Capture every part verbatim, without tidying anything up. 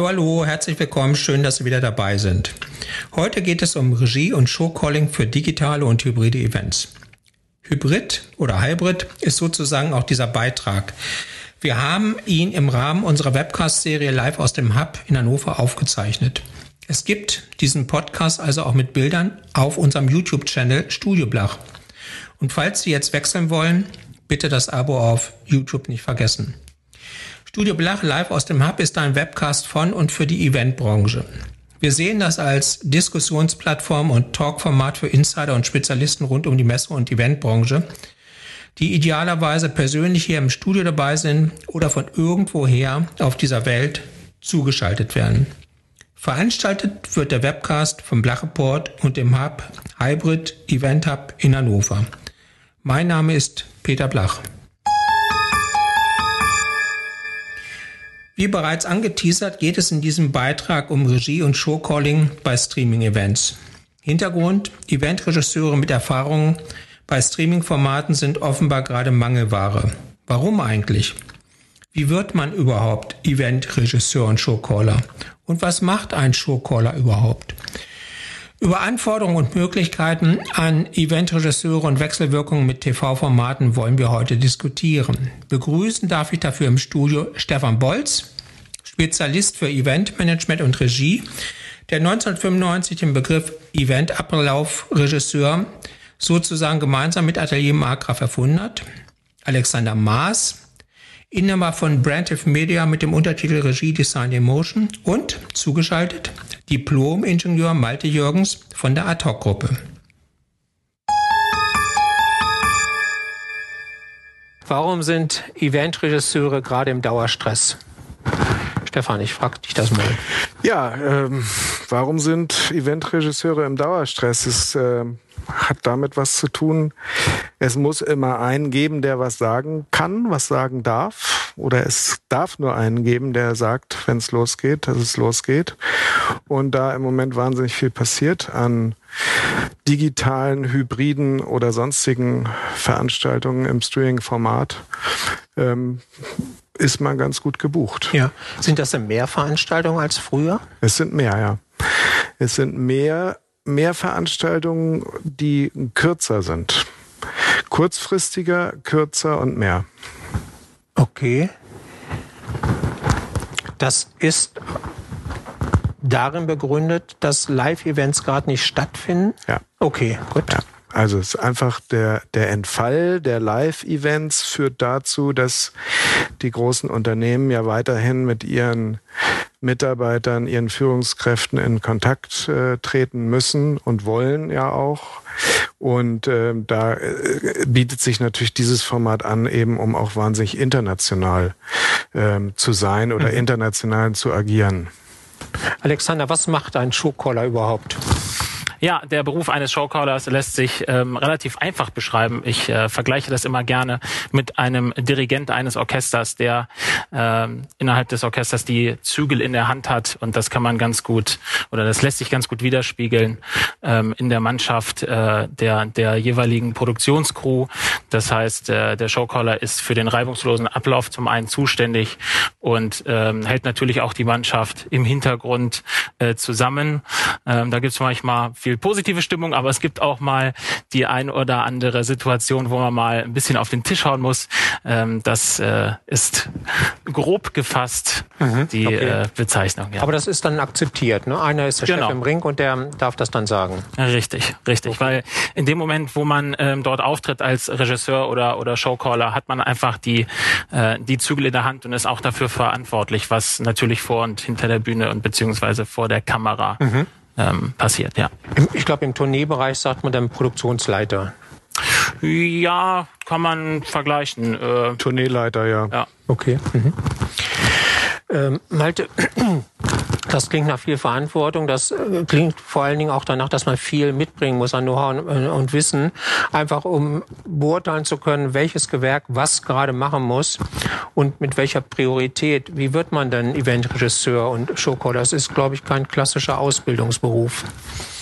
Hallo, hallo, herzlich willkommen, schön, dass Sie wieder dabei sind. Heute geht es um Regie und Showcalling für digitale und hybride Events. Hybrid oder Hybrid ist sozusagen auch dieser Beitrag. Wir haben ihn im Rahmen unserer Webcast-Serie Live aus dem Hub in Hannover aufgezeichnet. Es gibt diesen Podcast also auch mit Bildern auf unserem YouTube-Channel Studio Blach. Und falls Sie jetzt wechseln wollen, bitte das Abo auf YouTube nicht vergessen. Studio Blach Live aus dem Hub ist ein Webcast von und für die Eventbranche. Wir sehen das als Diskussionsplattform und Talkformat für Insider und Spezialisten rund um die Messe- und Eventbranche, die idealerweise persönlich hier im Studio dabei sind oder von irgendwoher auf dieser Welt zugeschaltet werden. Veranstaltet wird der Webcast vom Blach Report und dem Hub Hybrid Event Hub in Hannover. Mein Name ist Peter Blach. Wie bereits angeteasert, geht es in diesem Beitrag um Regie und Showcalling bei Streaming-Events. Hintergrund: Eventregisseure mit Erfahrungen bei Streaming-Formaten sind offenbar gerade Mangelware. Warum eigentlich? Wie wird man überhaupt Eventregisseur und Showcaller? Und was macht ein Showcaller überhaupt? Über Anforderungen und Möglichkeiten an Eventregisseure und Wechselwirkungen mit T V-Formaten wollen wir heute diskutieren. Begrüßen darf ich dafür im Studio Stefan Bolz, Spezialist für Eventmanagement und Regie, der neunzehnhundertfünfundneunzig den Begriff Eventablaufregisseur sozusagen gemeinsam mit Atelier Markgraf erfunden hat. Alexander Maas, Inhaber von Brantive Media mit dem Untertitel Regie Design Emotion und zugeschaltet Diplom-Ingenieur Malte Jürgens von der Ad-Hoc-Gruppe. Warum sind Eventregisseure gerade im Dauerstress? Stefan, ich frage dich das mal. Ja, ähm, warum sind Eventregisseure im Dauerstress? Es äh, hat damit was zu tun. Es muss immer einen geben, der was sagen kann, was sagen darf. Oder es darf nur einen geben, der sagt, wenn es losgeht, dass es losgeht. Und da im Moment wahnsinnig viel passiert an digitalen, hybriden oder sonstigen Veranstaltungen im Streaming-Format, ähm, ist man ganz gut gebucht. Ja. Sind das denn mehr Veranstaltungen als früher? Es sind mehr, ja. Es sind mehr, mehr Veranstaltungen, die kürzer sind. Kurzfristiger, kürzer und mehr. Okay. Das ist darin begründet, dass Live-Events gerade nicht stattfinden? Ja. Okay, gut. Ja. Also es ist einfach der, der Entfall der Live-Events führt dazu, dass die großen Unternehmen ja weiterhin mit ihren Mitarbeitern, ihren Führungskräften in Kontakt äh, treten müssen und wollen ja auch. Und äh, da äh, bietet sich natürlich dieses Format an, eben um auch wahnsinnig international äh, zu sein oder mhm. international zu agieren. Alexander, was macht ein Showcaller überhaupt? Ja, der Beruf eines Showcallers lässt sich ähm, relativ einfach beschreiben. Ich äh, vergleiche das immer gerne mit einem Dirigent eines Orchesters, der ähm, innerhalb des Orchesters die Zügel in der Hand hat. Und das kann man ganz gut, oder das lässt sich ganz gut widerspiegeln ähm, in der Mannschaft äh, der der jeweiligen Produktionscrew. Das heißt, äh, der Showcaller ist für den reibungslosen Ablauf zum einen zuständig und ähm, hält natürlich auch die Mannschaft im Hintergrund äh, zusammen. Ähm, da gibt es manchmal viel positive Stimmung, aber es gibt auch mal die ein oder andere Situation, wo man mal ein bisschen auf den Tisch hauen muss. Ähm, das äh, ist grob gefasst mhm, die okay. äh, Bezeichnung. Ja. Aber das ist dann akzeptiert, ne? Einer ist der genau. Chef im Ring und der darf das dann sagen. Richtig, richtig. Okay. Weil in dem Moment, wo man ähm, dort auftritt als Regisseur oder oder Showcaller, hat man einfach die äh, die Zügel in der Hand und ist auch dafür verantwortlich, was natürlich vor und hinter der Bühne und beziehungsweise vor der Kamera mhm. Ähm, passiert, ja. Ich glaube, im Tourneebereich sagt man dann Produktionsleiter. Ja, kann man vergleichen. Äh, Tourneeleiter, ja. ja. Okay. Mhm. Ähm, Malte, das klingt nach viel Verantwortung. Das klingt vor allen Dingen auch danach, dass man viel mitbringen muss an Know-how und, und Wissen, einfach um beurteilen zu können, welches Gewerk was gerade machen muss und mit welcher Priorität. Wie wird man denn Eventregisseur und Showcaller? Das ist, glaube ich, kein klassischer Ausbildungsberuf.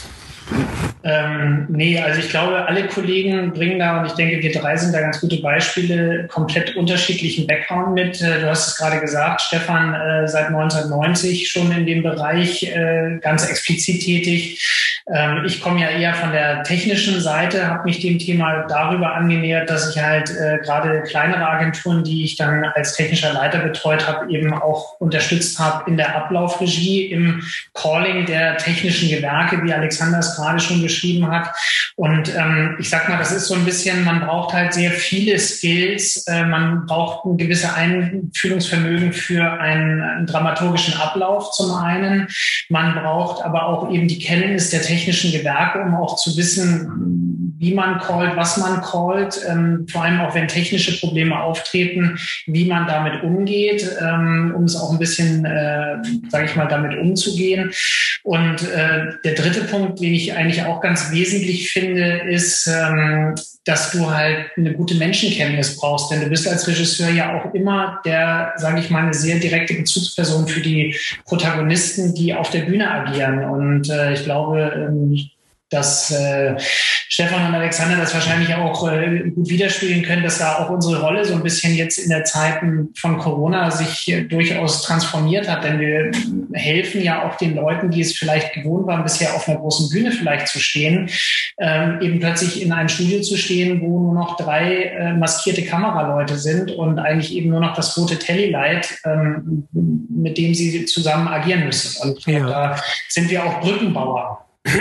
Ähm, nee, also ich glaube, alle Kollegen bringen da, und ich denke, wir drei sind da ganz gute Beispiele, komplett unterschiedlichen Background mit. Du hast es gerade gesagt, Stefan äh, seit neunzehnhundertneunzig schon in dem Bereich äh, ganz explizit tätig. Ähm, ich komme ja eher von der technischen Seite, habe mich dem Thema darüber angenähert, dass ich halt äh, gerade kleinere Agenturen, die ich dann als technischer Leiter betreut habe, eben auch unterstützt habe in der Ablaufregie, im Calling der technischen Gewerke, wie Alexander es gerade schon beschrieben hat. Und ähm, ich sag mal, das ist so ein bisschen, man braucht halt sehr viele Skills, äh, man braucht ein gewisses Einfühlungsvermögen für einen, einen dramaturgischen Ablauf zum einen. Man braucht aber auch eben die Kenntnis der technischen Gewerke, um auch zu wissen, wie man callt, was man callt, ähm, vor allem auch wenn technische Probleme auftreten, wie man damit umgeht, ähm, um es auch ein bisschen, äh, sage ich mal, damit umzugehen. Und äh, der dritte Punkt, den ich eigentlich auch ganz wesentlich finde, ist, ähm, dass du halt eine gute Menschenkenntnis brauchst. Denn du bist als Regisseur ja auch immer der, sage ich mal, eine sehr direkte Bezugsperson für die Protagonisten, die auf der Bühne agieren. Und äh, ich glaube, ähm, dass äh, Stefan und Alexander das wahrscheinlich auch äh, gut widerspiegeln können, dass da auch unsere Rolle so ein bisschen jetzt in der Zeiten von Corona sich äh, durchaus transformiert hat. Denn wir helfen ja auch den Leuten, die es vielleicht gewohnt waren, bisher auf einer großen Bühne vielleicht zu stehen, ähm, eben plötzlich in einem Studio zu stehen, wo nur noch drei äh, maskierte Kameraleute sind und eigentlich eben nur noch das rote Tellylight, ähm, mit dem sie zusammen agieren müssen. Und ja. Da sind wir auch Brückenbauer.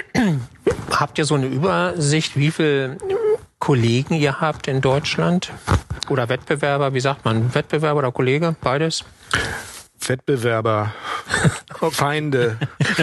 Habt ihr so eine Übersicht, wie viele Kollegen ihr habt in Deutschland? Oder Wettbewerber, wie sagt man? Wettbewerber oder Kollege? Beides? Wettbewerber, Feinde.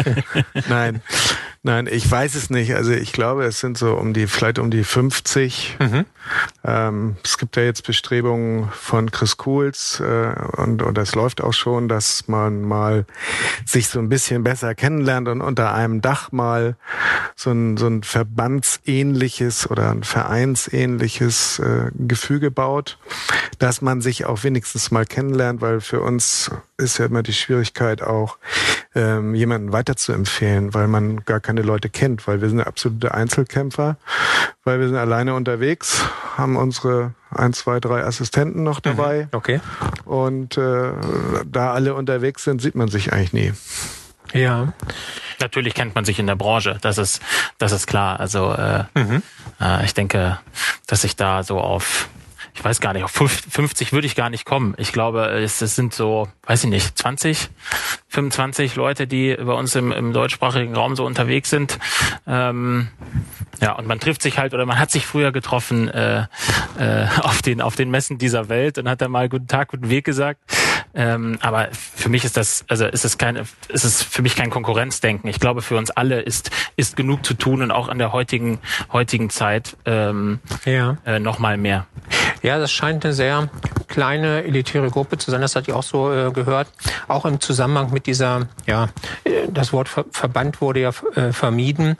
Nein, nein, ich weiß es nicht. Also ich glaube, es sind so um die, vielleicht um die fünfzig. Mhm. Ähm, es gibt ja jetzt Bestrebungen von Chris Kuhls äh, und, und das läuft auch schon, dass man mal sich so ein bisschen besser kennenlernt und unter einem Dach mal so ein, so ein verbandsähnliches oder ein vereinsähnliches äh, Gefüge baut, dass man sich auch wenigstens mal kennenlernt, weil für uns ist ja immer die Schwierigkeit auch, ähm, jemanden weiterzuempfehlen, weil man gar keine Leute kennt, weil wir sind absolute Einzelkämpfer, weil wir sind alleine unterwegs, haben unsere ein, zwei, drei Assistenten noch dabei. Mhm. Okay. Und äh, da alle unterwegs sind, sieht man sich eigentlich nie. Ja. Natürlich kennt man sich in der Branche, das ist, das ist klar. Also äh, mhm. äh, ich denke, dass ich da so auf Ich weiß gar nicht, auf fünfzig würde ich gar nicht kommen. Ich glaube, es, es sind so, weiß ich nicht, zwanzig, fünfundzwanzig Leute, die bei uns im, im deutschsprachigen Raum so unterwegs sind. Ähm, ja, und man trifft sich halt, oder man hat sich früher getroffen äh, äh, auf den auf den Messen dieser Welt und hat dann mal guten Tag, guten Weg gesagt. Ähm, aber für mich ist das, also ist es keine, ist es für mich kein Konkurrenzdenken. Ich glaube, für uns alle ist ist genug zu tun und auch an der heutigen heutigen Zeit ähm, ja. äh, noch mal mehr. Ja, das scheint eine sehr kleine, elitäre Gruppe zu sein. Das hat ich auch so äh, gehört. Auch im Zusammenhang mit dieser, ja, das Wort Ver- Verband wurde ja äh, vermieden.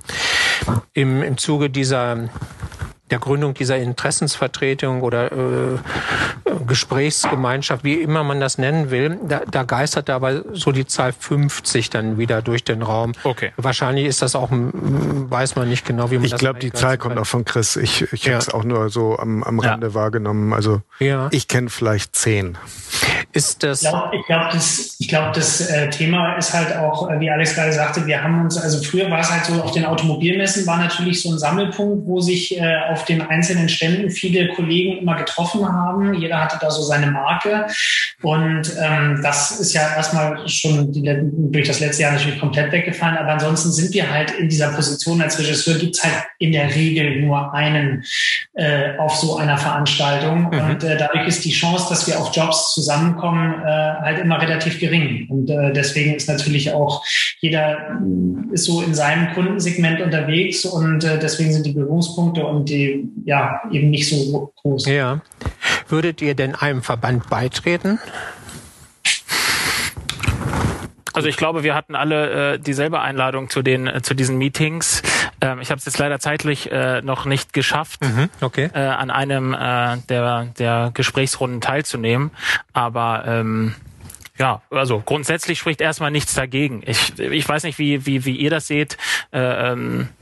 Im, im Zuge dieser der Gründung dieser Interessensvertretung oder äh, Gesprächsgemeinschaft, wie immer man das nennen will, da, da geistert dabei so die Zahl fünfzig dann wieder durch den Raum. Okay. Wahrscheinlich ist das auch, weiß man nicht genau, wie man ich das... Ich glaube, die Zahl kommt auch von Chris. Ich, ich ja. habe es auch nur so am, am Rande ja. wahrgenommen. Also ja. ich kenne vielleicht zehn. Ist das... Ich glaube, ich glaub, das, ich glaub, das äh, Thema ist halt auch, äh, wie Alex gerade sagte, wir haben uns, also früher war es halt so, auf den Automobilmessen war natürlich so ein Sammelpunkt, wo sich äh, auf den einzelnen Ständen viele Kollegen immer getroffen haben. Jeder hatte da so seine Marke. Und ähm, das ist ja erstmal schon die, durch das letzte Jahr natürlich komplett weggefallen. Aber ansonsten sind wir halt in dieser Position als Regisseur, gibt es halt in der Regel nur einen äh, auf so einer Veranstaltung. Mhm. Und äh, dadurch ist die Chance, dass wir auf Jobs zusammenkommen, äh, halt immer relativ gering. Und äh, deswegen ist natürlich auch jeder äh, ist so in seinem Kundensegment unterwegs und äh, deswegen sind die Berührungspunkte und die ja eben nicht so groß. Ja. Würdet ihr denn einem Verband beitreten? Also ich glaube, wir hatten alle äh, dieselbe Einladung zu den äh, zu diesen Meetings. Ähm, ich habe es jetzt leider zeitlich äh, noch nicht geschafft, mhm, okay. äh, an einem äh, der der Gesprächsrunden teilzunehmen. Aber ähm, ja, also grundsätzlich spricht erstmal nichts dagegen. Ich ich weiß nicht, wie wie wie ihr das seht. Äh, ähm,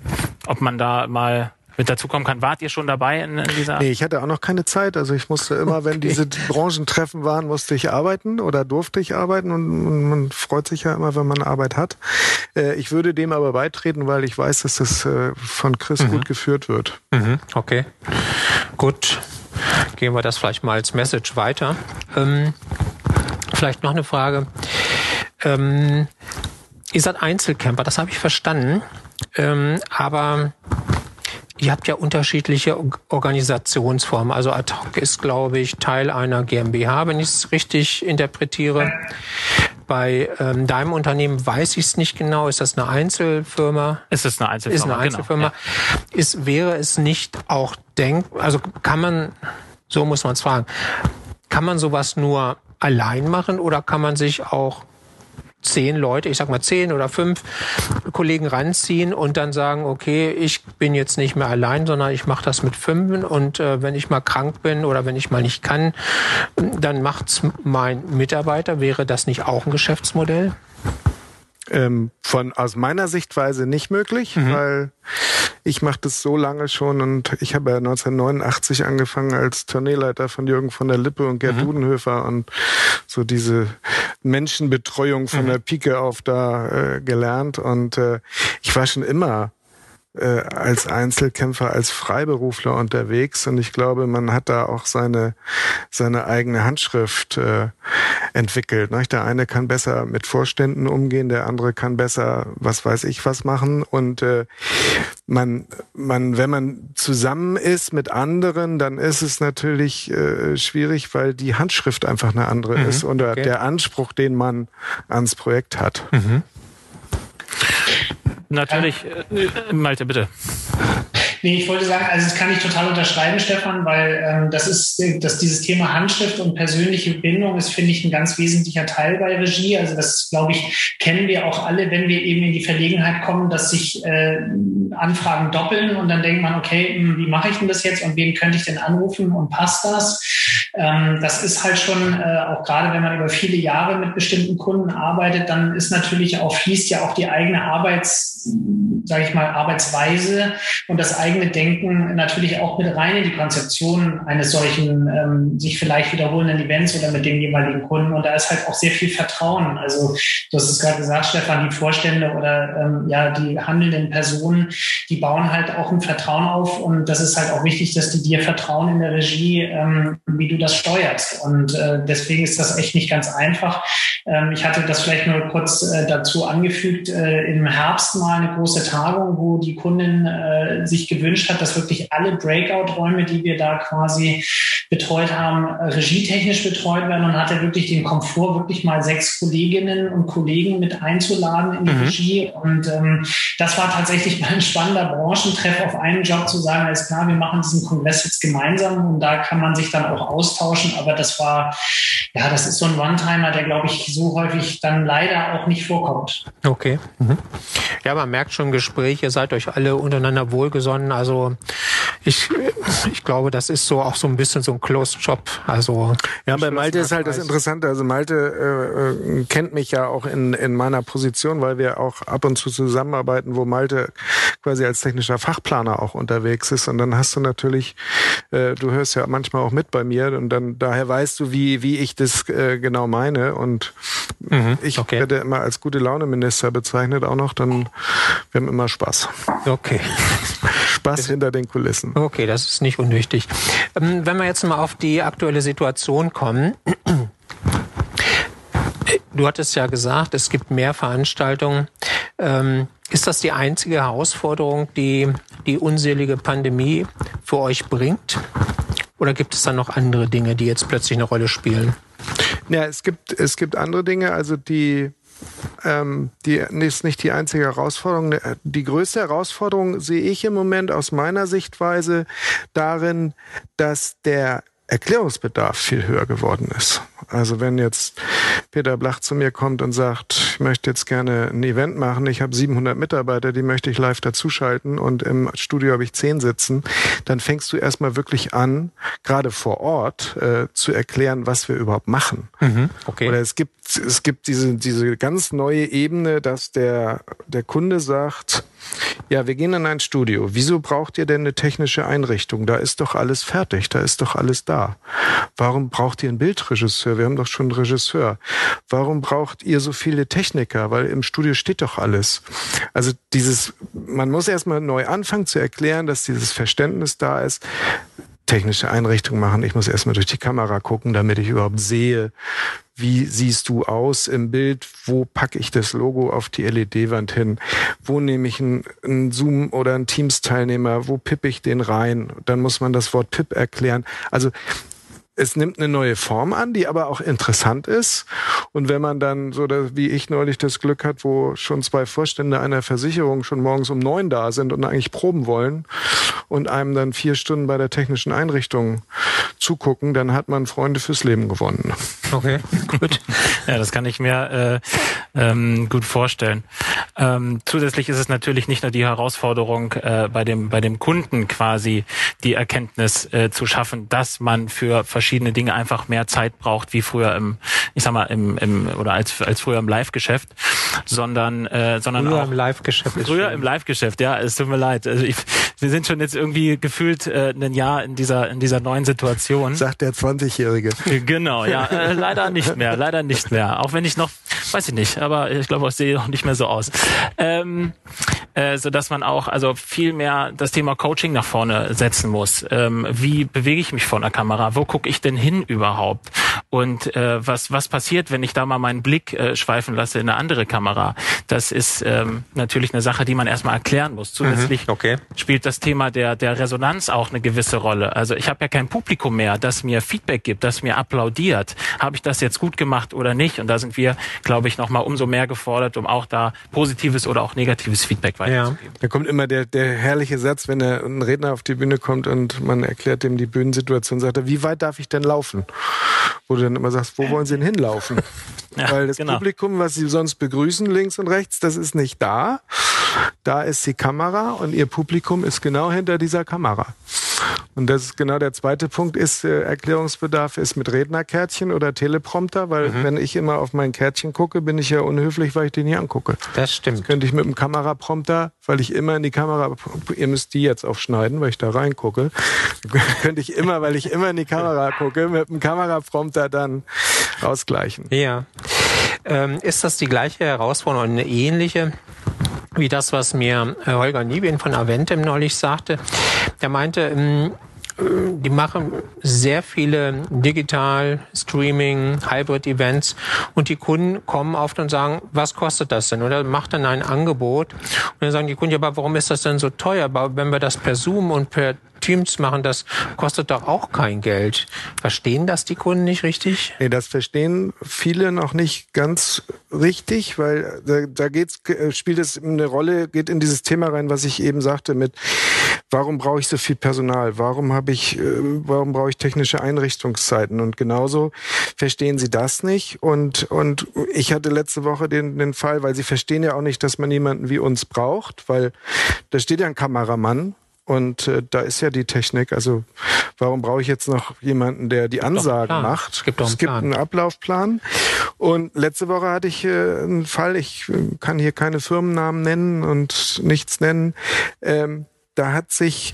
ob man da mal mit dazukommen kann. Wart ihr schon dabei in, in dieser? Nee, ich hatte auch noch keine Zeit. Also ich musste immer, wenn diese Branchentreffen waren, musste ich arbeiten oder durfte ich arbeiten. Und, und man freut sich ja immer, wenn man Arbeit hat. Äh, ich würde dem aber beitreten, weil ich weiß, dass das äh, von Chris mhm. gut geführt wird. Mhm. Okay, gut. Gehen wir das vielleicht mal als Message weiter. Ähm, vielleicht noch eine Frage. Ähm, ihr seid Einzelcamper, das habe ich verstanden. Ähm, aber ihr habt ja unterschiedliche Organisationsformen. Also Ad hoc ist, glaube ich, Teil einer GmbH, wenn ich es richtig interpretiere. Bei ähm, deinem Unternehmen weiß ich es nicht genau. Ist das eine Einzelfirma? Es ist eine Einzelfirma. Ist eine Einzelfirma. Genau, ja. Ist, wäre es nicht auch denkbar, also kann man, so muss man es fragen, kann man sowas nur allein machen oder kann man sich auch zehn Leute, ich sag mal zehn oder fünf Kollegen ranziehen und dann sagen, okay, ich bin jetzt nicht mehr allein, sondern ich mache das mit fünf und äh, wenn ich mal krank bin oder wenn ich mal nicht kann, dann macht's mein Mitarbeiter. Wäre das nicht auch ein Geschäftsmodell? Ähm, von aus meiner Sichtweise nicht möglich, mhm. weil ich mache das so lange schon und ich habe ja neunzehnhundertneunundachtzig angefangen als Tourneeleiter von Jürgen von der Lippe und Gerd mhm. Dudenhöfer und so diese Menschenbetreuung von mhm. der Pike auf da äh, gelernt und äh, ich war schon immer äh, als Einzelkämpfer, als Freiberufler unterwegs und ich glaube, man hat da auch seine seine eigene Handschrift äh, entwickelt. Ne? Der eine kann besser mit Vorständen umgehen, der andere kann besser, was weiß ich, was machen und äh, man, man, wenn man zusammen ist mit anderen, dann ist es natürlich äh, schwierig, weil die Handschrift einfach eine andere mhm, ist und okay. der Anspruch, den man ans Projekt hat. Mhm. Natürlich, äh, Malte, bitte. Nee, ich wollte sagen, also das kann ich total unterschreiben, Stefan, weil ähm, das ist, dass dieses Thema Handschrift und persönliche Bindung ist, finde ich, ein ganz wesentlicher Teil bei Regie. Also das, glaube ich, kennen wir auch alle, wenn wir eben in die Verlegenheit kommen, dass sich äh, Anfragen doppeln und dann denkt man, okay, mh, wie mache ich denn das jetzt und wen könnte ich denn anrufen und passt das? Ähm, das ist halt schon, äh, auch gerade wenn man über viele Jahre mit bestimmten Kunden arbeitet, dann ist natürlich auch, fließt ja auch die eigene Arbeits, sage ich mal, Arbeitsweise und das eigene Denken natürlich auch mit rein in die Konzeption eines solchen ähm, sich vielleicht wiederholenden Events oder mit dem jeweiligen Kunden. Und da ist halt auch sehr viel Vertrauen. Also du hast es gerade gesagt, Stefan, die Vorstände oder ähm, ja die handelnden Personen, die bauen halt auch ein Vertrauen auf. Und das ist halt auch wichtig, dass die dir vertrauen in der Regie, ähm, wie du das steuerst. Und äh, deswegen ist das echt nicht ganz einfach. Ähm, ich hatte das vielleicht nur kurz äh, dazu angefügt, äh, im Herbst mal eine große Tagung, wo die Kundin äh, sich gewünscht hat, dass wirklich alle Breakout-Räume, die wir da quasi betreut haben, regietechnisch betreut werden und hatte wirklich den Komfort, wirklich mal sechs Kolleginnen und Kollegen mit einzuladen in die mhm. Regie. Und ähm, das war tatsächlich mal ein spannender Branchentreff auf einen Job zu sagen, alles klar, wir machen diesen Kongress jetzt gemeinsam und da kann man sich dann auch austauschen. Aber das war, ja, das ist so ein One-Timer, der, glaube ich, so häufig dann leider auch nicht vorkommt. Okay. Mhm. Ja, man merkt schon im Gespräch, ihr seid euch alle untereinander wohlgesonnen. Also ich, ich glaube, das ist so auch so ein bisschen so ein Closed Job. Also ja, bei Malte ist halt das Interessante. Also Malte äh, kennt mich ja auch in, in meiner Position, weil wir auch ab und zu zusammenarbeiten, wo Malte quasi als technischer Fachplaner auch unterwegs ist. Und dann hast du natürlich, äh, du hörst ja manchmal auch mit bei mir und dann daher weißt du, wie, wie ich das äh, genau meine. Und mhm, ich okay. werde immer als gute Laune-Minister bezeichnet auch noch. Dann wir haben immer Spaß. Okay. Spaß das, hinter den Kulissen. Okay, das ist nicht unwichtig. Ähm, wenn wir jetzt mal auf die aktuelle Situation kommen. Du hattest ja gesagt, es gibt mehr Veranstaltungen. Ähm, ist das die einzige Herausforderung, die die unselige Pandemie für euch bringt? Oder gibt es da noch andere Dinge, die jetzt plötzlich eine Rolle spielen? Ja, es gibt, es gibt andere Dinge. Also die Ähm, die ist nicht die einzige Herausforderung. Die größte Herausforderung sehe ich im Moment aus meiner Sichtweise darin, dass der Erklärungsbedarf viel höher geworden ist. Also wenn jetzt Peter Blach zu mir kommt und sagt, ich möchte jetzt gerne ein Event machen, ich habe siebenhundert Mitarbeiter, die möchte ich live dazuschalten und im Studio habe ich zehn sitzen, dann fängst du erstmal wirklich an, gerade vor Ort, äh, zu erklären, was wir überhaupt machen. Mhm, okay. Oder es gibt, es gibt diese, diese ganz neue Ebene, dass der, der Kunde sagt, ja, wir gehen in ein Studio. Wieso braucht ihr denn eine technische Einrichtung? Da ist doch alles fertig, da ist doch alles da. Warum braucht ihr einen Bildregisseur? Wir haben doch schon einen Regisseur. Warum braucht ihr so viele Techniker? Weil im Studio steht doch alles. Also dieses, man muss erstmal neu anfangen zu erklären, dass dieses Verständnis da ist. Technische Einrichtung machen. Ich muss erstmal durch die Kamera gucken, damit ich überhaupt sehe, wie siehst du aus im Bild, wo packe ich das Logo auf die L E D-Wand hin, wo nehme ich einen, einen Zoom- oder einen Teams-Teilnehmer, wo pippe ich den rein, dann muss man das Wort Pip erklären. Also es nimmt eine neue Form an, die aber auch interessant ist. Und wenn man dann, so wie ich neulich das Glück hat, wo schon zwei Vorstände einer Versicherung schon morgens um neun da sind und eigentlich proben wollen und einem dann vier Stunden bei der technischen Einrichtung zugucken, dann hat man Freunde fürs Leben gewonnen. Okay, gut. Ja, das kann ich mir äh, ähm, gut vorstellen. Ähm, zusätzlich ist es natürlich nicht nur die Herausforderung, äh, bei dem bei dem Kunden quasi die Erkenntnis äh, zu schaffen, dass man für verschiedene Dinge einfach mehr Zeit braucht, wie früher im, ich sag mal, im, im oder als als früher im Live-Geschäft, sondern äh, sondern früher auch im Live-Geschäft. Früher im Live-Geschäft, ja. Es tut mir leid. Also ich, wir sind schon jetzt irgendwie gefühlt äh, ein Jahr in dieser in dieser neuen Situation. Sagt der zwanzigjährige. Genau, ja. Äh, leider nicht mehr, leider nicht mehr. Auch wenn ich noch, weiß ich nicht, aber ich glaube, ich sehe auch nicht mehr so aus. Ähm, äh, so dass man auch also viel mehr das Thema Coaching nach vorne setzen muss. Ähm, wie bewege ich mich vor einer Kamera? Wo gucke ich denn hin überhaupt? Und äh, was was passiert, wenn ich da mal meinen Blick äh, schweifen lasse in eine andere Kamera? Das ist ähm, natürlich eine Sache, die man erstmal erklären muss. Zusätzlich mhm, okay. spielt das Thema der der Resonanz auch eine gewisse Rolle. Also ich habe ja kein Publikum mehr, das mir Feedback gibt, das mir applaudiert. Habe ich das jetzt gut gemacht oder nicht? Und da sind wir, glaube ich, noch mal umso mehr gefordert, um auch da positives oder auch negatives Feedback weiterzugeben. Ja. Da kommt immer der, der herrliche Satz, wenn er, ein Redner auf die Bühne kommt und man erklärt ihm die Bühnensituation, sagt er, wie weit darf ich denn laufen? Wo du dann immer sagst, wo wollen Sie denn hinlaufen? Ja, weil das genau. Publikum, was Sie sonst begrüßen, links und rechts, das ist nicht da. Da ist die Kamera und Ihr Publikum ist genau hinter dieser Kamera. Und das ist genau der zweite Punkt, ist äh, Erklärungsbedarf ist mit Rednerkärtchen oder Teleprompter, weil mhm. wenn ich immer auf mein Kärtchen gucke, bin ich ja unhöflich, weil ich den nicht angucke. Das stimmt. Das könnte ich mit dem Kameraprompter, weil ich immer in die Kamera, ihr müsst die jetzt aufschneiden, weil ich da reingucke, könnte ich immer, weil ich immer in die Kamera gucke, mit dem Kameraprompter dann ausgleichen. Ja. Ähm, ist das die gleiche Herausforderung, eine ähnliche? Wie das, was mir Holger Niebien von Aventem neulich sagte. Der meinte, die machen sehr viele Digital, Streaming, Hybrid-Events und die Kunden kommen oft und sagen, was kostet das denn? Oder macht dann ein Angebot und dann sagen die Kunden, ja, aber warum ist das denn so teuer? Aber wenn wir das per Zoom und per Teams machen, das kostet doch auch kein Geld. Verstehen das die Kunden nicht richtig? Nee, das verstehen viele noch nicht ganz richtig, weil da, da geht's, spielt es eine Rolle, geht in dieses Thema rein, was ich eben sagte mit, warum brauche ich so viel Personal? Warum habe ich, warum brauche ich technische Einrichtungszeiten? Und genauso verstehen sie das nicht. Und, und ich hatte letzte Woche den, den Fall, weil sie verstehen ja auch nicht, dass man jemanden wie uns braucht, weil da steht ja ein Kameramann. Und äh, da ist ja die Technik, also warum brauche ich jetzt noch jemanden, der die Ansagen macht? Es gibt doch einen, es gibt einen Ablaufplan. Und letzte Woche hatte ich äh, einen Fall, ich äh, kann hier keine Firmennamen nennen und nichts nennen. Ähm, da hat sich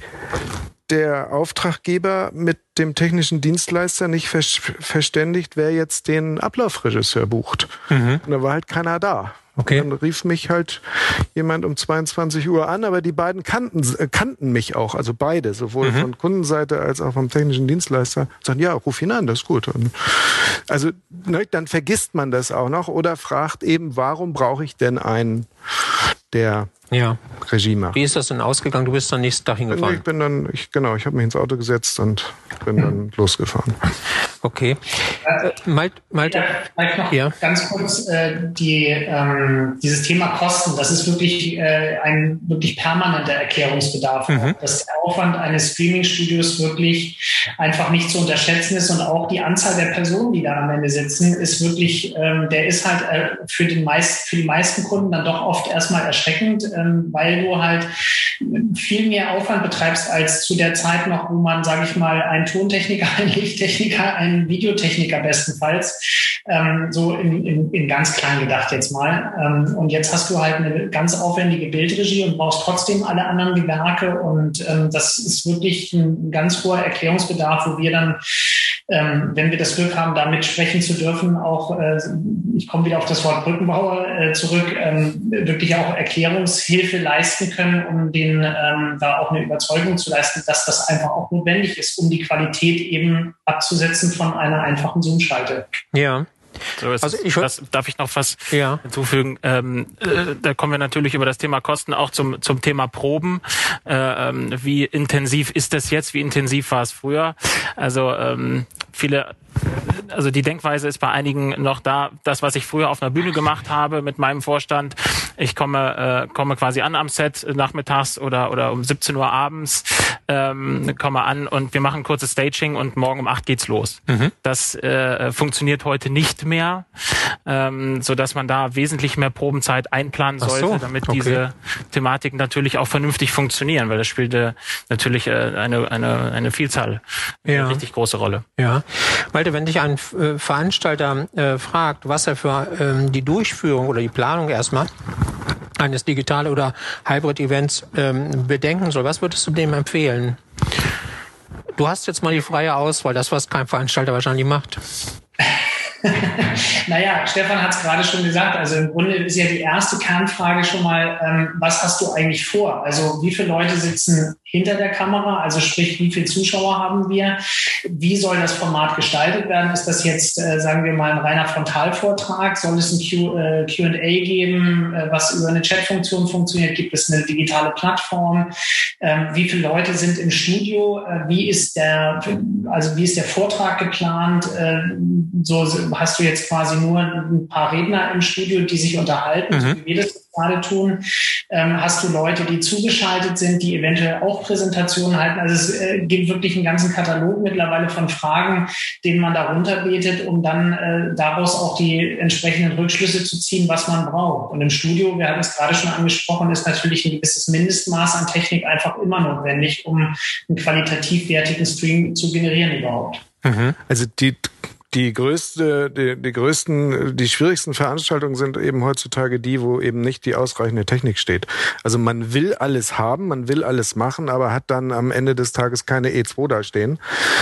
der Auftraggeber mit dem technischen Dienstleister nicht ver- verständigt, wer jetzt den Ablaufregisseur bucht. Mhm. Und da war halt keiner da. Okay. Dann rief mich halt jemand um zweiundzwanzig Uhr an, aber die beiden kannten, äh, kannten mich auch, also beide, sowohl mhm. von Kundenseite als auch vom technischen Dienstleister. Sagen, ja, ruf ihn an, das ist gut. Und also ne, dann vergisst man das auch noch oder fragt eben, warum brauche ich denn einen, der ja. Regie macht. Wie ist das denn ausgegangen? Du bist dann nächsten Tag hingefahren? Ich bin dann, ich, genau, ich habe mich ins Auto gesetzt und bin dann hm. losgefahren. Okay. Äh, Malte, Malte. Ja, vielleicht noch ja. ganz kurz äh, die, ähm, dieses Thema Kosten. Das ist wirklich äh, ein wirklich permanenter Erklärungsbedarf, mhm. dass der Aufwand eines Streaming-Studios wirklich einfach nicht zu unterschätzen ist. Und auch die Anzahl der Personen, die da am Ende sitzen, ist wirklich, ähm, der ist halt äh, für, den meist, für die meisten Kunden dann doch oft erstmal erschreckend, ähm, weil du halt viel mehr Aufwand betreibst als zu der Zeit noch, wo man, sage ich mal, einen Tontechniker, einen Lichttechniker, einen Videotechniker bestenfalls, ähm, so in, in, in ganz klein gedacht jetzt mal. Ähm, und jetzt hast du halt eine ganz aufwendige Bildregie und brauchst trotzdem alle anderen Gewerke. Und ähm, das ist wirklich ein, ein ganz hoher Erklärungsbedarf, wo wir dann, ähm, wenn wir das Glück haben, damit sprechen zu dürfen, auch, äh, ich komme wieder auf das Wort Brückenbauer äh, zurück, ähm, wirklich auch Erklärungshilfe leisten können, um den ähm, da auch eine Überzeugung zu leisten, dass das einfach auch notwendig ist, um die Qualität eben abzusetzen von einer einfachen Zoom-Schalte. Ja. So ist also ich das, darf ich noch was ja. hinzufügen? Ähm, äh, da kommen wir natürlich über das Thema Kosten auch zum zum Thema Proben. Äh, ähm, wie intensiv ist das jetzt? Wie intensiv war es früher? Also ähm, viele Also die Denkweise ist bei einigen noch da, das, was ich früher auf einer Bühne gemacht habe mit meinem Vorstand. Ich komme äh, komme quasi an am Set nachmittags oder oder um siebzehn Uhr abends, ähm, komme an und wir machen ein kurzes Staging und morgen um acht geht's los. Mhm. Das äh, funktioniert heute nicht mehr, ähm, so dass man da wesentlich mehr Probenzeit einplanen sollte, so, damit okay. diese Thematiken natürlich auch vernünftig funktionieren, weil das spielt äh, natürlich äh, eine eine eine Vielzahl ja. eine richtig große Rolle. Ja, Malte, wenn dich ein äh, Veranstalter äh, fragt, was er für ähm, die Durchführung oder die Planung erstmal eines Digital- oder Hybrid-Events ähm, bedenken soll, was würdest du dem empfehlen? Du hast jetzt mal die freie Auswahl, das, was kein Veranstalter wahrscheinlich macht. Naja, Stefan hat es gerade schon gesagt, also im Grunde ist ja die erste Kernfrage schon mal, ähm, was hast du eigentlich vor? Also wie viele Leute sitzen hinter der Kamera, also sprich, wie viele Zuschauer haben wir? Wie soll das Format gestaltet werden? Ist das jetzt, äh, sagen wir mal, ein reiner Frontalvortrag? Soll es ein Q, äh, Q and A geben, äh, was über eine Chatfunktion funktioniert? Gibt es eine digitale Plattform? Ähm, wie viele Leute sind im Studio? Äh, wie ist der, also wie ist der Vortrag geplant? Äh, so hast du jetzt quasi nur ein paar Redner im Studio, die sich unterhalten, mhm. so wie wir das gerade tun. Ähm, hast du Leute, die zugeschaltet sind, die eventuell auch Präsentationen halten? Also es äh, gibt wirklich einen ganzen Katalog mittlerweile von Fragen, den man da runterbetet, um dann äh, daraus auch die entsprechenden Rückschlüsse zu ziehen, was man braucht. Und im Studio, wir hatten es gerade schon angesprochen, ist natürlich ein gewisses Mindestmaß an Technik einfach immer notwendig, um einen qualitativ wertigen Stream zu generieren überhaupt. Mhm. Also die Die größte, die, die größten, die schwierigsten Veranstaltungen sind eben heutzutage die, wo eben nicht die ausreichende Technik steht. Also man will alles haben, man will alles machen, aber hat dann am Ende des Tages keine E zwei da stehen,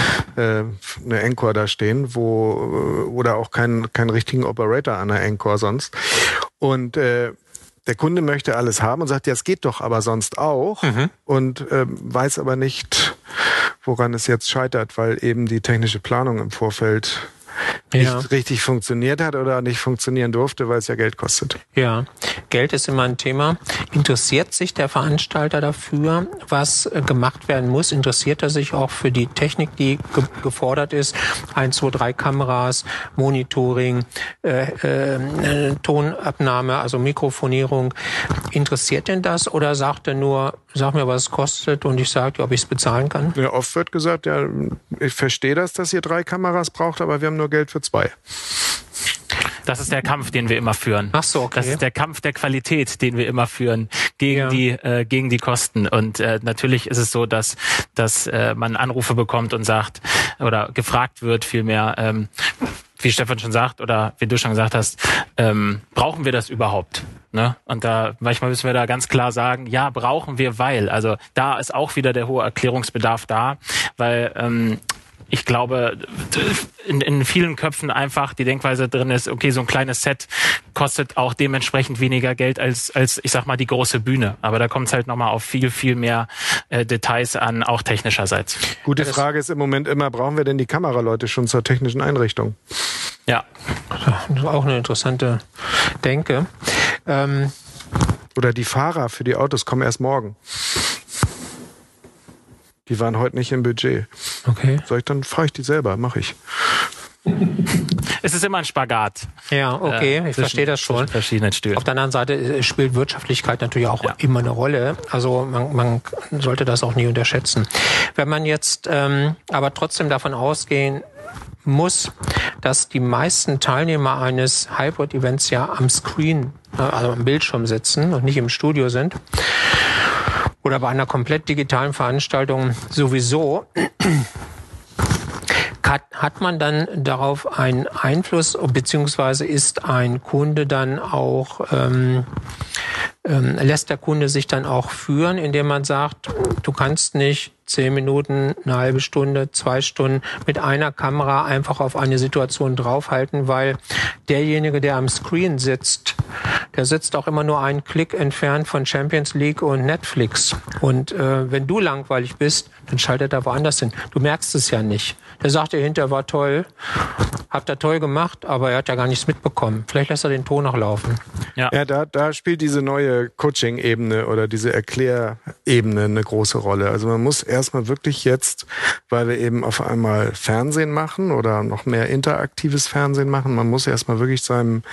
äh, eine Encore da stehen, wo oder auch keinen keinen richtigen Operator an der Encore sonst. Und äh, der Kunde möchte alles haben und sagt, ja, es geht doch aber sonst auch, mhm. und äh, weiß aber nicht, woran es jetzt scheitert, weil eben die technische Planung im Vorfeld nicht ja. richtig funktioniert hat oder nicht funktionieren durfte, weil es ja Geld kostet. Ja, Geld ist immer ein Thema. Interessiert sich der Veranstalter dafür, was gemacht werden muss? Interessiert er sich auch für die Technik, die ge- gefordert ist? Eins, zwei, drei Kameras, Monitoring, äh, äh, Tonabnahme, also Mikrofonierung. Interessiert denn das oder sagt er nur, sag mir, was es kostet und ich sage, ob ich es bezahlen kann? Ja, oft wird gesagt, ja, ich verstehe das, dass ihr drei Kameras braucht, aber wir haben nur Geld für zwei. Das ist der Kampf, den wir immer führen. Ach so, okay. Das ist der Kampf der Qualität, den wir immer führen gegen ja. die äh, gegen die Kosten. Und äh, natürlich ist es so, dass dass äh, man Anrufe bekommt und sagt oder gefragt wird vielmehr, ähm, wie Stefan schon sagt oder wie du schon gesagt hast, ähm, brauchen wir das überhaupt? Ne? Und da manchmal müssen wir da ganz klar sagen, ja, brauchen wir, weil. Also da ist auch wieder der hohe Erklärungsbedarf da, weil ähm, ich glaube, in, in vielen Köpfen einfach die Denkweise drin ist, okay, so ein kleines Set kostet auch dementsprechend weniger Geld als, als ich sag mal, die große Bühne. Aber da kommt es halt nochmal auf viel, viel mehr äh, Details an, auch technischerseits. Gute Frage ist im Moment immer, brauchen wir denn die Kameraleute schon zur technischen Einrichtung? Ja. Das ist auch eine interessante Denke. Ähm Oder die Fahrer für die Autos kommen erst morgen. Die waren heute nicht im Budget. Okay. Soll ich dann, frage ich die selber, mache ich. es ist immer ein Spagat. Ja, okay, äh, ich verstehe das schon. Verschiedenen Stühlen. Auf der anderen Seite spielt Wirtschaftlichkeit natürlich auch ja. immer eine Rolle. Also man, man sollte das auch nie unterschätzen. Wenn man jetzt ähm, aber trotzdem davon ausgehen muss, dass die meisten Teilnehmer eines Hybrid-Events ja am Screen, also am Bildschirm sitzen und nicht im Studio sind, oder bei einer komplett digitalen Veranstaltung sowieso, hat, hat man dann darauf einen Einfluss, beziehungsweise ist ein Kunde dann auch, ähm, ähm, lässt der Kunde sich dann auch führen, indem man sagt, du kannst nicht zehn Minuten, eine halbe Stunde, zwei Stunden mit einer Kamera einfach auf eine Situation draufhalten, weil derjenige, der am Screen sitzt, der sitzt auch immer nur einen Klick entfernt von Champions League und Netflix. Und äh, wenn du langweilig bist, dann schaltet er woanders hin. Du merkst es ja nicht. Der sagt dir hinterher, war toll, habt ihr toll gemacht, aber er hat ja gar nichts mitbekommen. Vielleicht lässt er den Ton noch laufen. Ja, ja da, da spielt diese neue Coaching-Ebene oder diese Erklärebene eine große Rolle. Also man muss erstmal wirklich jetzt, weil wir eben auf einmal Fernsehen machen oder noch mehr interaktives Fernsehen machen, man muss erstmal wirklich seinem,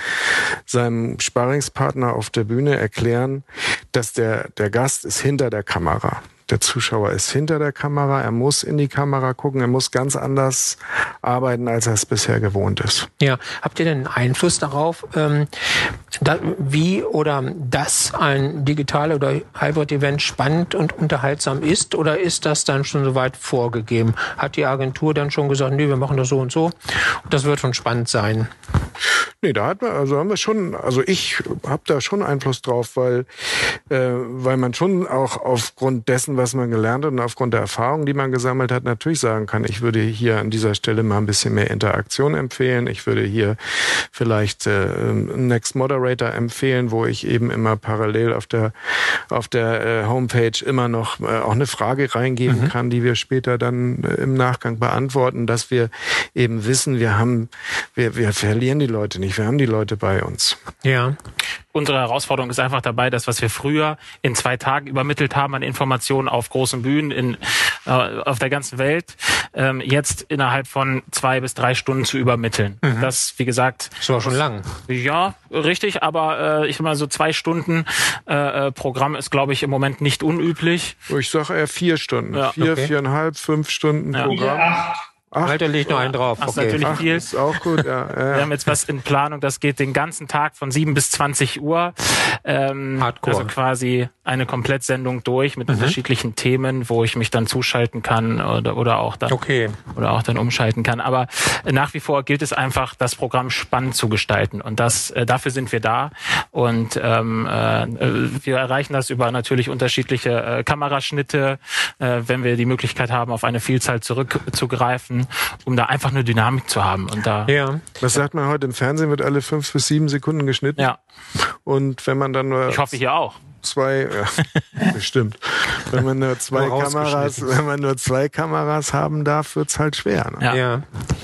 seinem Sparringspartner auf der Bühne erklären, dass der, der Gast ist hinter der Kamera. Der Zuschauer ist hinter der Kamera, er muss in die Kamera gucken, er muss ganz anders arbeiten, als er es bisher gewohnt ist. Ja, habt ihr denn einen Einfluss darauf, ähm, da, wie oder dass ein Digital- oder Hybrid-Event spannend und unterhaltsam ist, oder ist das dann schon soweit vorgegeben? Hat die Agentur dann schon gesagt, nee, wir machen das so und so und das wird schon spannend sein? Nee, da hat man, also haben wir schon, also ich habe da schon Einfluss drauf, weil, äh, weil man schon auch aufgrund dessen, was man gelernt hat und aufgrund der Erfahrungen, die man gesammelt hat, natürlich sagen kann, ich würde hier an dieser Stelle mal ein bisschen mehr Interaktion empfehlen. Ich würde hier vielleicht äh, Next Moderator empfehlen, wo ich eben immer parallel auf der auf der äh, Homepage immer noch äh, auch eine Frage reingeben mhm. kann, die wir später dann äh, im Nachgang beantworten, dass wir eben wissen, wir haben, wir, wir verlieren die Leute nicht, wir haben die Leute bei uns. Ja. Unsere Herausforderung ist einfach dabei, das, was wir früher in zwei Tagen übermittelt haben an Informationen auf großen Bühnen in, äh, auf der ganzen Welt, ähm, jetzt innerhalb von zwei bis drei Stunden zu übermitteln. Mhm. Das, wie gesagt... Das war schon lang. Ja, richtig, aber äh, ich sag mal, so zwei Stunden äh, Programm ist, glaube ich, im Moment nicht unüblich. Ich sage eher vier Stunden. Ja. Vier, okay. viereinhalb, fünf Stunden ja. Programm. Acht. Ach, Alter, liegt noch einen drauf. Ach, okay. natürlich Ach, viel. ist auch gut, ja. ja. Wir haben jetzt was in Planung, das geht den ganzen Tag von sieben bis zwanzig Uhr. Ähm, Hardcore. Also quasi eine Komplettsendung durch mit mhm. unterschiedlichen Themen, wo ich mich dann zuschalten kann oder, oder auch dann okay. oder auch dann umschalten kann. Aber nach wie vor gilt es einfach, das Programm spannend zu gestalten. Und das äh, dafür sind wir da. Und ähm, äh, wir erreichen das über natürlich unterschiedliche äh, Kameraschnitte, äh, wenn wir die Möglichkeit haben, auf eine Vielzahl zurückzugreifen, um da einfach eine Dynamik zu haben. Und da ja. Was sagt man heute? Im Fernsehen wird alle fünf bis sieben Sekunden geschnitten. Ja. Und wenn man dann nur ich hoffe hier auch. zwei, ja, bestimmt. Wenn man nur zwei Nur Kameras, wenn man nur zwei Kameras haben darf, wird's halt schwer. Ne? Ja. ja.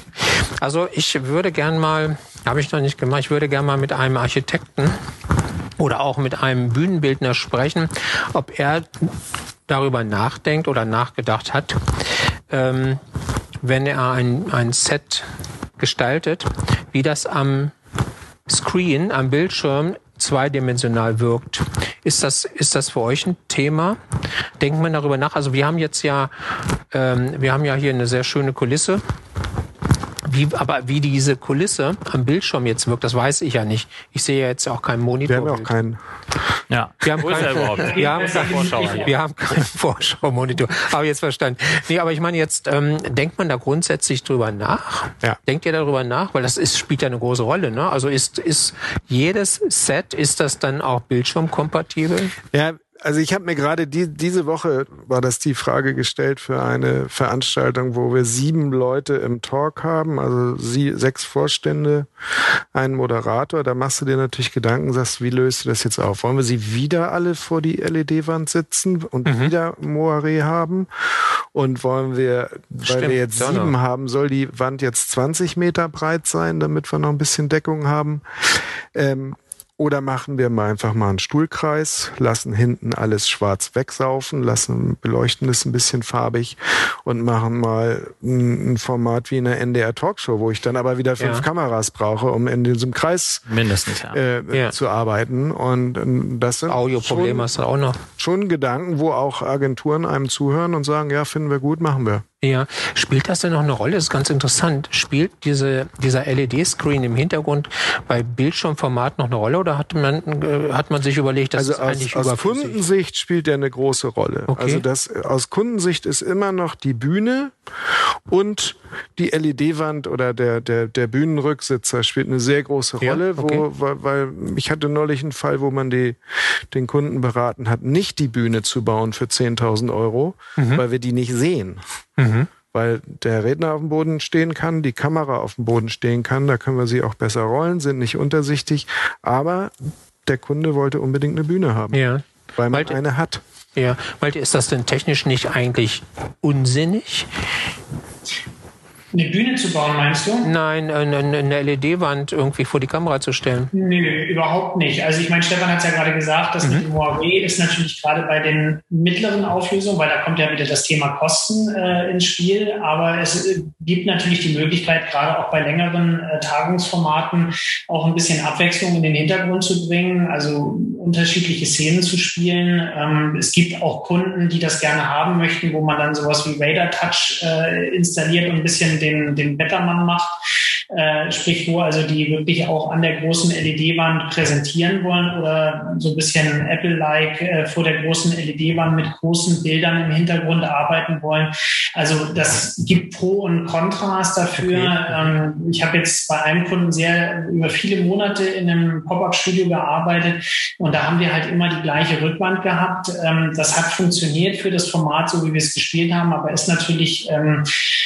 Also ich würde gern mal, habe ich noch nicht gemacht, ich würde gern mal mit einem Architekten oder auch mit einem Bühnenbildner sprechen, ob er darüber nachdenkt oder nachgedacht hat, ähm, wenn er ein, ein Set gestaltet, wie das am Screen, am Bildschirm zweidimensional wirkt. Ist das, ist das für euch ein Thema? Denkt man darüber nach? Also wir haben jetzt ja, ähm, wir haben ja hier eine sehr schöne Kulisse. Wie, aber wie diese Kulisse am Bildschirm jetzt wirkt, das weiß ich ja nicht. Ich sehe ja jetzt auch keinen Monitor. Wir haben ja auch keinen. Ja. Wir haben Wo ist er keinen, überhaupt? wir haben, Vorschau hier. wir haben keinen Vorschau-Monitor. Habe ich jetzt verstanden. Nee, aber ich meine jetzt, ähm, denkt man da grundsätzlich drüber nach? Ja. Denkt ihr darüber nach? Weil das ist, spielt ja eine große Rolle, ne? Also ist, ist jedes Set, ist das dann auch bildschirmkompatibel? Ja, also ich habe mir gerade die, diese Woche war das die Frage gestellt für eine Veranstaltung, wo wir sieben Leute im Talk haben, also sie, sechs Vorstände, einen Moderator. Da machst du dir natürlich Gedanken, sagst, wie löst du das jetzt auf? Wollen wir sie wieder alle vor die L E D-Wand sitzen und mhm. wieder Moiré haben? Und wollen wir, weil Stimmt, wir jetzt sieben genau. haben, soll die Wand jetzt zwanzig Meter breit sein, damit wir noch ein bisschen Deckung haben? Ähm, Oder machen wir mal einfach mal einen Stuhlkreis, lassen hinten alles schwarz wegsaufen, lassen, beleuchten es ein bisschen farbig und machen mal ein Format wie eine N D R-Talkshow, wo ich dann aber wieder fünf ja. Kameras brauche, um in diesem Kreis mindestens ja. Äh, ja. zu arbeiten. Und äh, das sind Audioprobleme hast du auch noch. Schon Gedanken, wo auch Agenturen einem zuhören und sagen, ja, finden wir gut, machen wir. Ja, spielt das denn noch eine Rolle? Das ist ganz interessant. Spielt diese, dieser L E D-Screen im Hintergrund bei Bildschirmformat noch eine Rolle oder hat man, äh, hat man sich überlegt, dass also es eigentlich aus, überflüssig? Aus Kundensicht spielt der eine große Rolle. Okay. Also das, aus Kundensicht ist immer noch die Bühne und die L E D-Wand oder der, der, der Bühnenrücksitzer spielt eine sehr große Rolle, ja, okay. wo, weil, weil ich hatte neulich einen Fall, wo man die, den Kunden beraten hat, nicht die Bühne zu bauen für zehntausend Euro, mhm. weil wir die nicht sehen. Mhm. Weil der Redner auf dem Boden stehen kann, die Kamera auf dem Boden stehen kann, da können wir sie auch besser rollen, sind nicht untersichtig, aber der Kunde wollte unbedingt eine Bühne haben, ja. weil man Malte, eine hat. Ja, Malte, ist das denn technisch nicht eigentlich unsinnig? Eine Bühne zu bauen, meinst du? Nein, eine, eine L E D-Wand irgendwie vor die Kamera zu stellen. Nö, überhaupt nicht. Also ich meine, Stefan hat es ja gerade gesagt, das mhm. mit dem Huawei ist natürlich gerade bei den mittleren Auflösungen, weil da kommt ja wieder das Thema Kosten äh, ins Spiel, aber es äh, gibt natürlich die Möglichkeit, gerade auch bei längeren äh, Tagungsformaten auch ein bisschen Abwechslung in den Hintergrund zu bringen, also unterschiedliche Szenen zu spielen. Ähm, es gibt auch Kunden, die das gerne haben möchten, wo man dann sowas wie Radar Touch äh, installiert und ein bisschen den, den Wettermann macht, äh, sprich wo also die wirklich auch an der großen L E D-Wand präsentieren wollen oder so ein bisschen Apple-like äh, vor der großen L E D-Wand mit großen Bildern im Hintergrund arbeiten wollen. Also das gibt Pro und Kontras dafür. Okay. Ähm, ich habe jetzt bei einem Kunden sehr über viele Monate in einem Pop-Up-Studio gearbeitet und da haben wir halt immer die gleiche Rückwand gehabt. Ähm, das hat funktioniert für das Format, so wie wir es gespielt haben, aber ist natürlich ähm,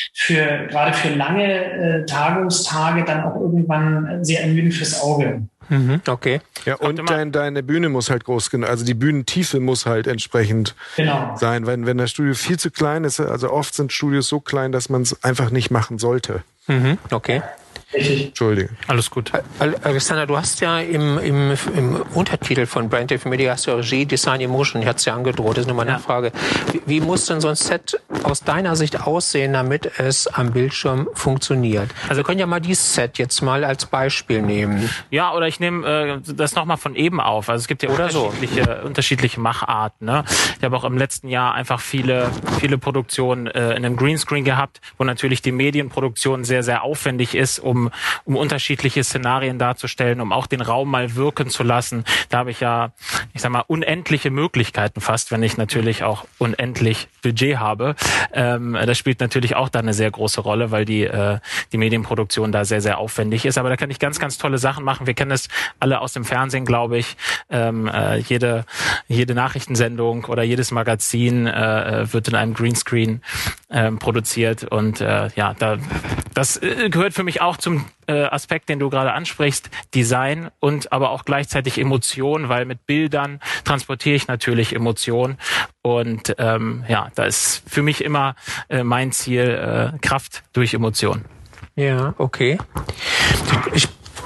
für gerade für lange äh, Tagungstage dann auch irgendwann sehr ermüdend fürs Auge. Mhm, okay. Ja, und dein, deine Bühne muss halt groß genug, also die Bühnentiefe muss halt entsprechend genau. sein. Wenn, wenn das Studio viel zu klein ist, also oft sind Studios so klein, dass man es einfach nicht machen sollte. Mhm, okay. Entschuldige. Alles gut. Alexander, du hast ja im, im, im Untertitel von Braintree Media hast du Regie, Design, Emotion. Ich hatte es ja angedroht. Das ist nur meine ja. Frage. Wie, wie muss denn so ein Set aus deiner Sicht aussehen, damit es am Bildschirm funktioniert? Also wir können ja mal dieses Set jetzt mal als Beispiel nehmen. Ja, oder ich nehme äh, das nochmal von eben auf. Also es gibt ja oder unterschiedliche, so. unterschiedliche Macharten. Ne? Ich habe auch im letzten Jahr einfach viele, viele Produktionen äh, in einem Greenscreen gehabt, wo natürlich die Medienproduktion sehr, sehr aufwendig ist, um Um, um unterschiedliche Szenarien darzustellen, um auch den Raum mal wirken zu lassen. Da habe ich ja, ich sag mal, unendliche Möglichkeiten fast, wenn ich natürlich auch unendlich Budget habe. Ähm, das spielt natürlich auch da eine sehr große Rolle, weil die, äh, die Medienproduktion da sehr, sehr aufwendig ist. Aber da kann ich ganz, ganz tolle Sachen machen. Wir kennen das alle aus dem Fernsehen, glaube ich. Ähm, äh, jede, jede Nachrichtensendung oder jedes Magazin äh, wird in einem Greenscreen äh, produziert. Und äh, ja, da, das äh, gehört für mich auch zum Aspekt, den du gerade ansprichst, Design und aber auch gleichzeitig Emotion, weil mit Bildern transportiere ich natürlich Emotion und ähm, ja, da ist für mich immer äh, mein Ziel äh, Kraft durch Emotion. Ja, okay. Ich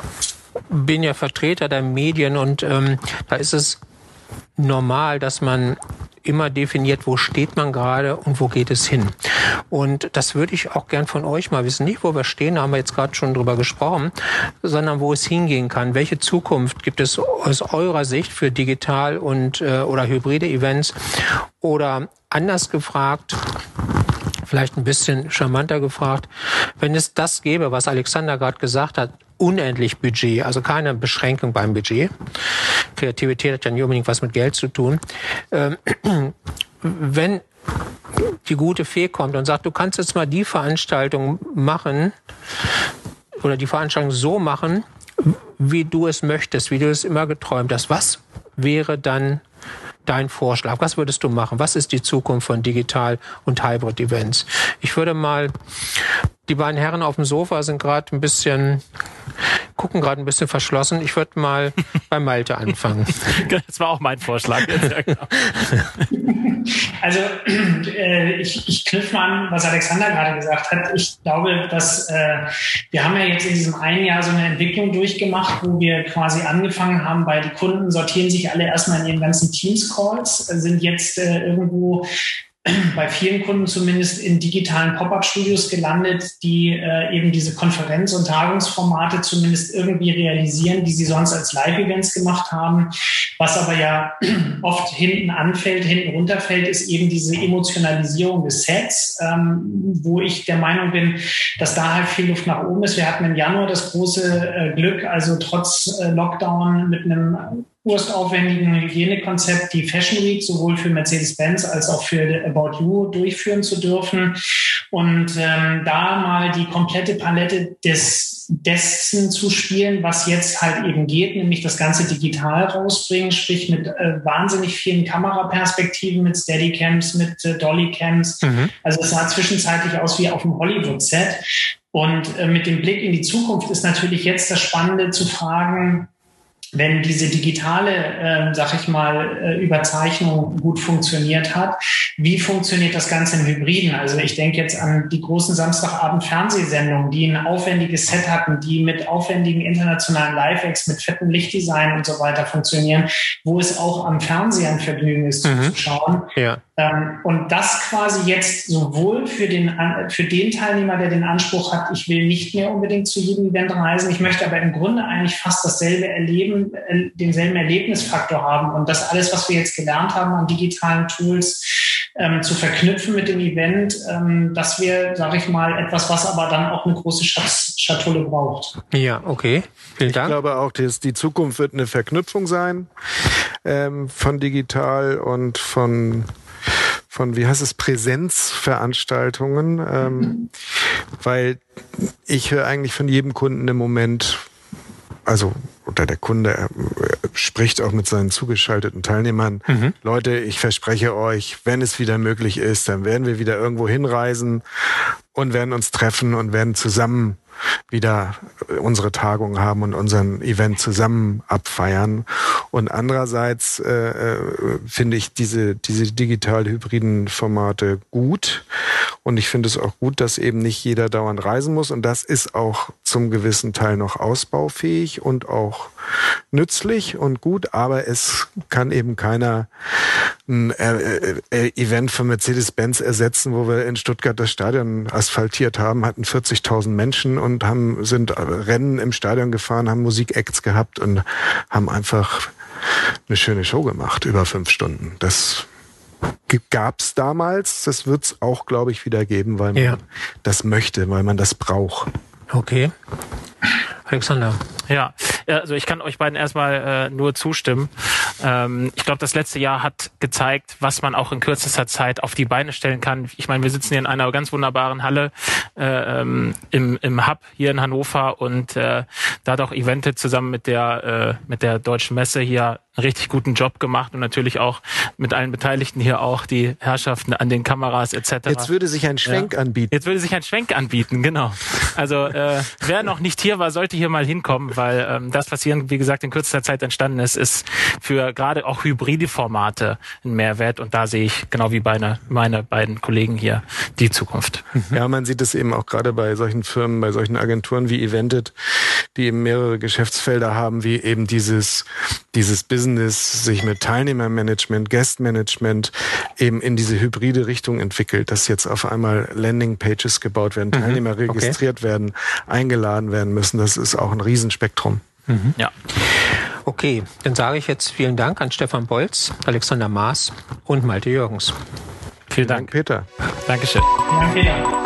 bin ja Vertreter der Medien und ähm, da ist es normal, dass man immer definiert, wo steht man gerade und wo geht es hin. Und das würde ich auch gern von euch mal wissen. Nicht, wo wir stehen, da haben wir jetzt gerade schon drüber gesprochen, sondern wo es hingehen kann. Welche Zukunft gibt es aus eurer Sicht für digital und äh, oder hybride Events? Oder anders gefragt, vielleicht ein bisschen charmanter gefragt, wenn es das gäbe, was Alexander gerade gesagt hat, unendlich Budget, also keine Beschränkung beim Budget. Kreativität hat ja nicht unbedingt was mit Geld zu tun. Ähm, wenn die gute Fee kommt und sagt, du kannst jetzt mal die Veranstaltung machen oder die Veranstaltung so machen, wie du es möchtest, wie du es immer geträumt hast, was wäre dann dein Vorschlag? Was würdest du machen? Was ist die Zukunft von Digital- und Hybrid-Events? Ich würde mal, die beiden Herren auf dem Sofa sind gerade ein bisschen, gucken gerade ein bisschen verschlossen. Ich würde mal bei Malte anfangen. Das war auch mein Vorschlag. Also äh, ich, ich knüpfe mal an, was Alexander gerade gesagt hat. Ich glaube, dass äh, wir haben ja jetzt in diesem einen Jahr so eine Entwicklung durchgemacht, wo wir quasi angefangen haben, weil die Kunden sortieren sich alle erstmal in ihren ganzen Teams-Calls, sind jetzt äh, irgendwo bei vielen Kunden zumindest in digitalen Pop-up-Studios gelandet, die äh, eben diese Konferenz- und Tagungsformate zumindest irgendwie realisieren, die sie sonst als Live-Events gemacht haben. Was aber ja oft hinten anfällt, hinten runterfällt, ist eben diese Emotionalisierung des Sets, ähm, wo ich der Meinung bin, dass da halt viel Luft nach oben ist. Wir hatten im Januar das große äh, Glück, also trotz äh, Lockdown mit einem urstaufwendigen Hygienekonzept die Fashion Week sowohl für Mercedes-Benz als auch für About You durchführen zu dürfen und ähm, da mal die komplette Palette des dessen zu spielen, was jetzt halt eben geht, nämlich das Ganze digital rausbringen, sprich mit äh, wahnsinnig vielen Kameraperspektiven, mit Steadicams, mit äh, Dollycams. Mhm. Also es sah zwischenzeitlich aus wie auf dem Hollywood-Set. Und äh, mit dem Blick in die Zukunft ist natürlich jetzt das Spannende zu fragen, wenn diese digitale, äh, sag ich mal, äh, Überzeichnung gut funktioniert hat, wie funktioniert das Ganze im Hybriden? Also ich denke jetzt an die großen Samstagabend-Fernsehsendungen, die ein aufwendiges Set hatten, die mit aufwendigen internationalen Live-Acts, mit fetten Lichtdesign und so weiter funktionieren, wo es auch am Fernseher ein Vergnügen ist, mhm. zuzuschauen. Ja. Ähm, und das quasi jetzt sowohl für den, für den Teilnehmer, der den Anspruch hat, ich will nicht mehr unbedingt zu jedem Event reisen, ich möchte aber im Grunde eigentlich fast dasselbe erleben, denselben Erlebnisfaktor haben und das alles, was wir jetzt gelernt haben an digitalen Tools, ähm, zu verknüpfen mit dem Event, ähm, das wäre, sage ich mal, etwas, was aber dann auch eine große Schatz- Schatulle braucht. Ja, okay. Vielen Dank. Ich glaube auch, dass die Zukunft wird eine Verknüpfung sein ähm, von digital und von von, wie heißt es, Präsenzveranstaltungen, ähm, mhm. weil ich höre eigentlich von jedem Kunden im Moment, also oder der Kunde äh, spricht auch mit seinen zugeschalteten Teilnehmern, mhm. Leute, ich verspreche euch, wenn es wieder möglich ist, dann werden wir wieder irgendwo hinreisen und werden uns treffen und werden zusammen wieder unsere Tagung haben und unseren Event zusammen abfeiern. Und andererseits äh, finde ich diese diese digital-hybriden Formate gut. Und ich finde es auch gut, dass eben nicht jeder dauernd reisen muss. Und das ist auch zum gewissen Teil noch ausbaufähig und auch nützlich und gut. Aber es kann eben keiner ein äh, äh, Event von Mercedes-Benz ersetzen, wo wir in Stuttgart das Stadion asphaltiert haben, hatten vierzigtausend Menschen und haben sind Rennen im Stadion gefahren, haben Musikacts gehabt und haben einfach eine schöne Show gemacht über fünf Stunden. Das gab's damals, das wird's auch, glaube ich, wieder geben, weil man ja. das möchte, weil man das braucht. Okay. Alexander. Ja, also ich kann euch beiden erstmal äh, nur zustimmen. Ähm, ich glaube, das letzte Jahr hat gezeigt, was man auch in kürzester Zeit auf die Beine stellen kann. Ich meine, wir sitzen hier in einer ganz wunderbaren Halle äh, ähm, im, im Hub hier in Hannover und äh, da hat auch Evented zusammen mit der äh, mit der Deutschen Messe hier einen richtig guten Job gemacht und natürlich auch mit allen Beteiligten hier auch die Herrschaften an den Kameras et cetera. Jetzt würde sich ein Schwenk ja. anbieten. Jetzt würde sich ein Schwenk anbieten, genau. Also äh, wer noch nicht hier war, sollte hier mal hinkommen, weil ähm, das, was hier, wie gesagt, in kürzester Zeit entstanden ist, ist für gerade auch hybride Formate ein Mehrwert und da sehe ich, genau wie meine, meine beiden Kollegen hier, die Zukunft. Ja, man sieht es eben auch gerade bei solchen Firmen, bei solchen Agenturen wie Evented, die eben mehrere Geschäftsfelder haben, wie eben dieses, dieses Business sich mit Teilnehmermanagement, Guestmanagement eben in diese hybride Richtung entwickelt, dass jetzt auf einmal Landingpages gebaut werden, Teilnehmer mhm, okay. registriert werden, eingeladen werden müssen. Das ist auch ein Riesenspektrum. Mhm. Ja. Okay, dann sage ich jetzt vielen Dank an Stefan Bolz, Alexander Maas und Malte Jürgens. Vielen Dank, Peter. Dankeschön. Ja, Peter.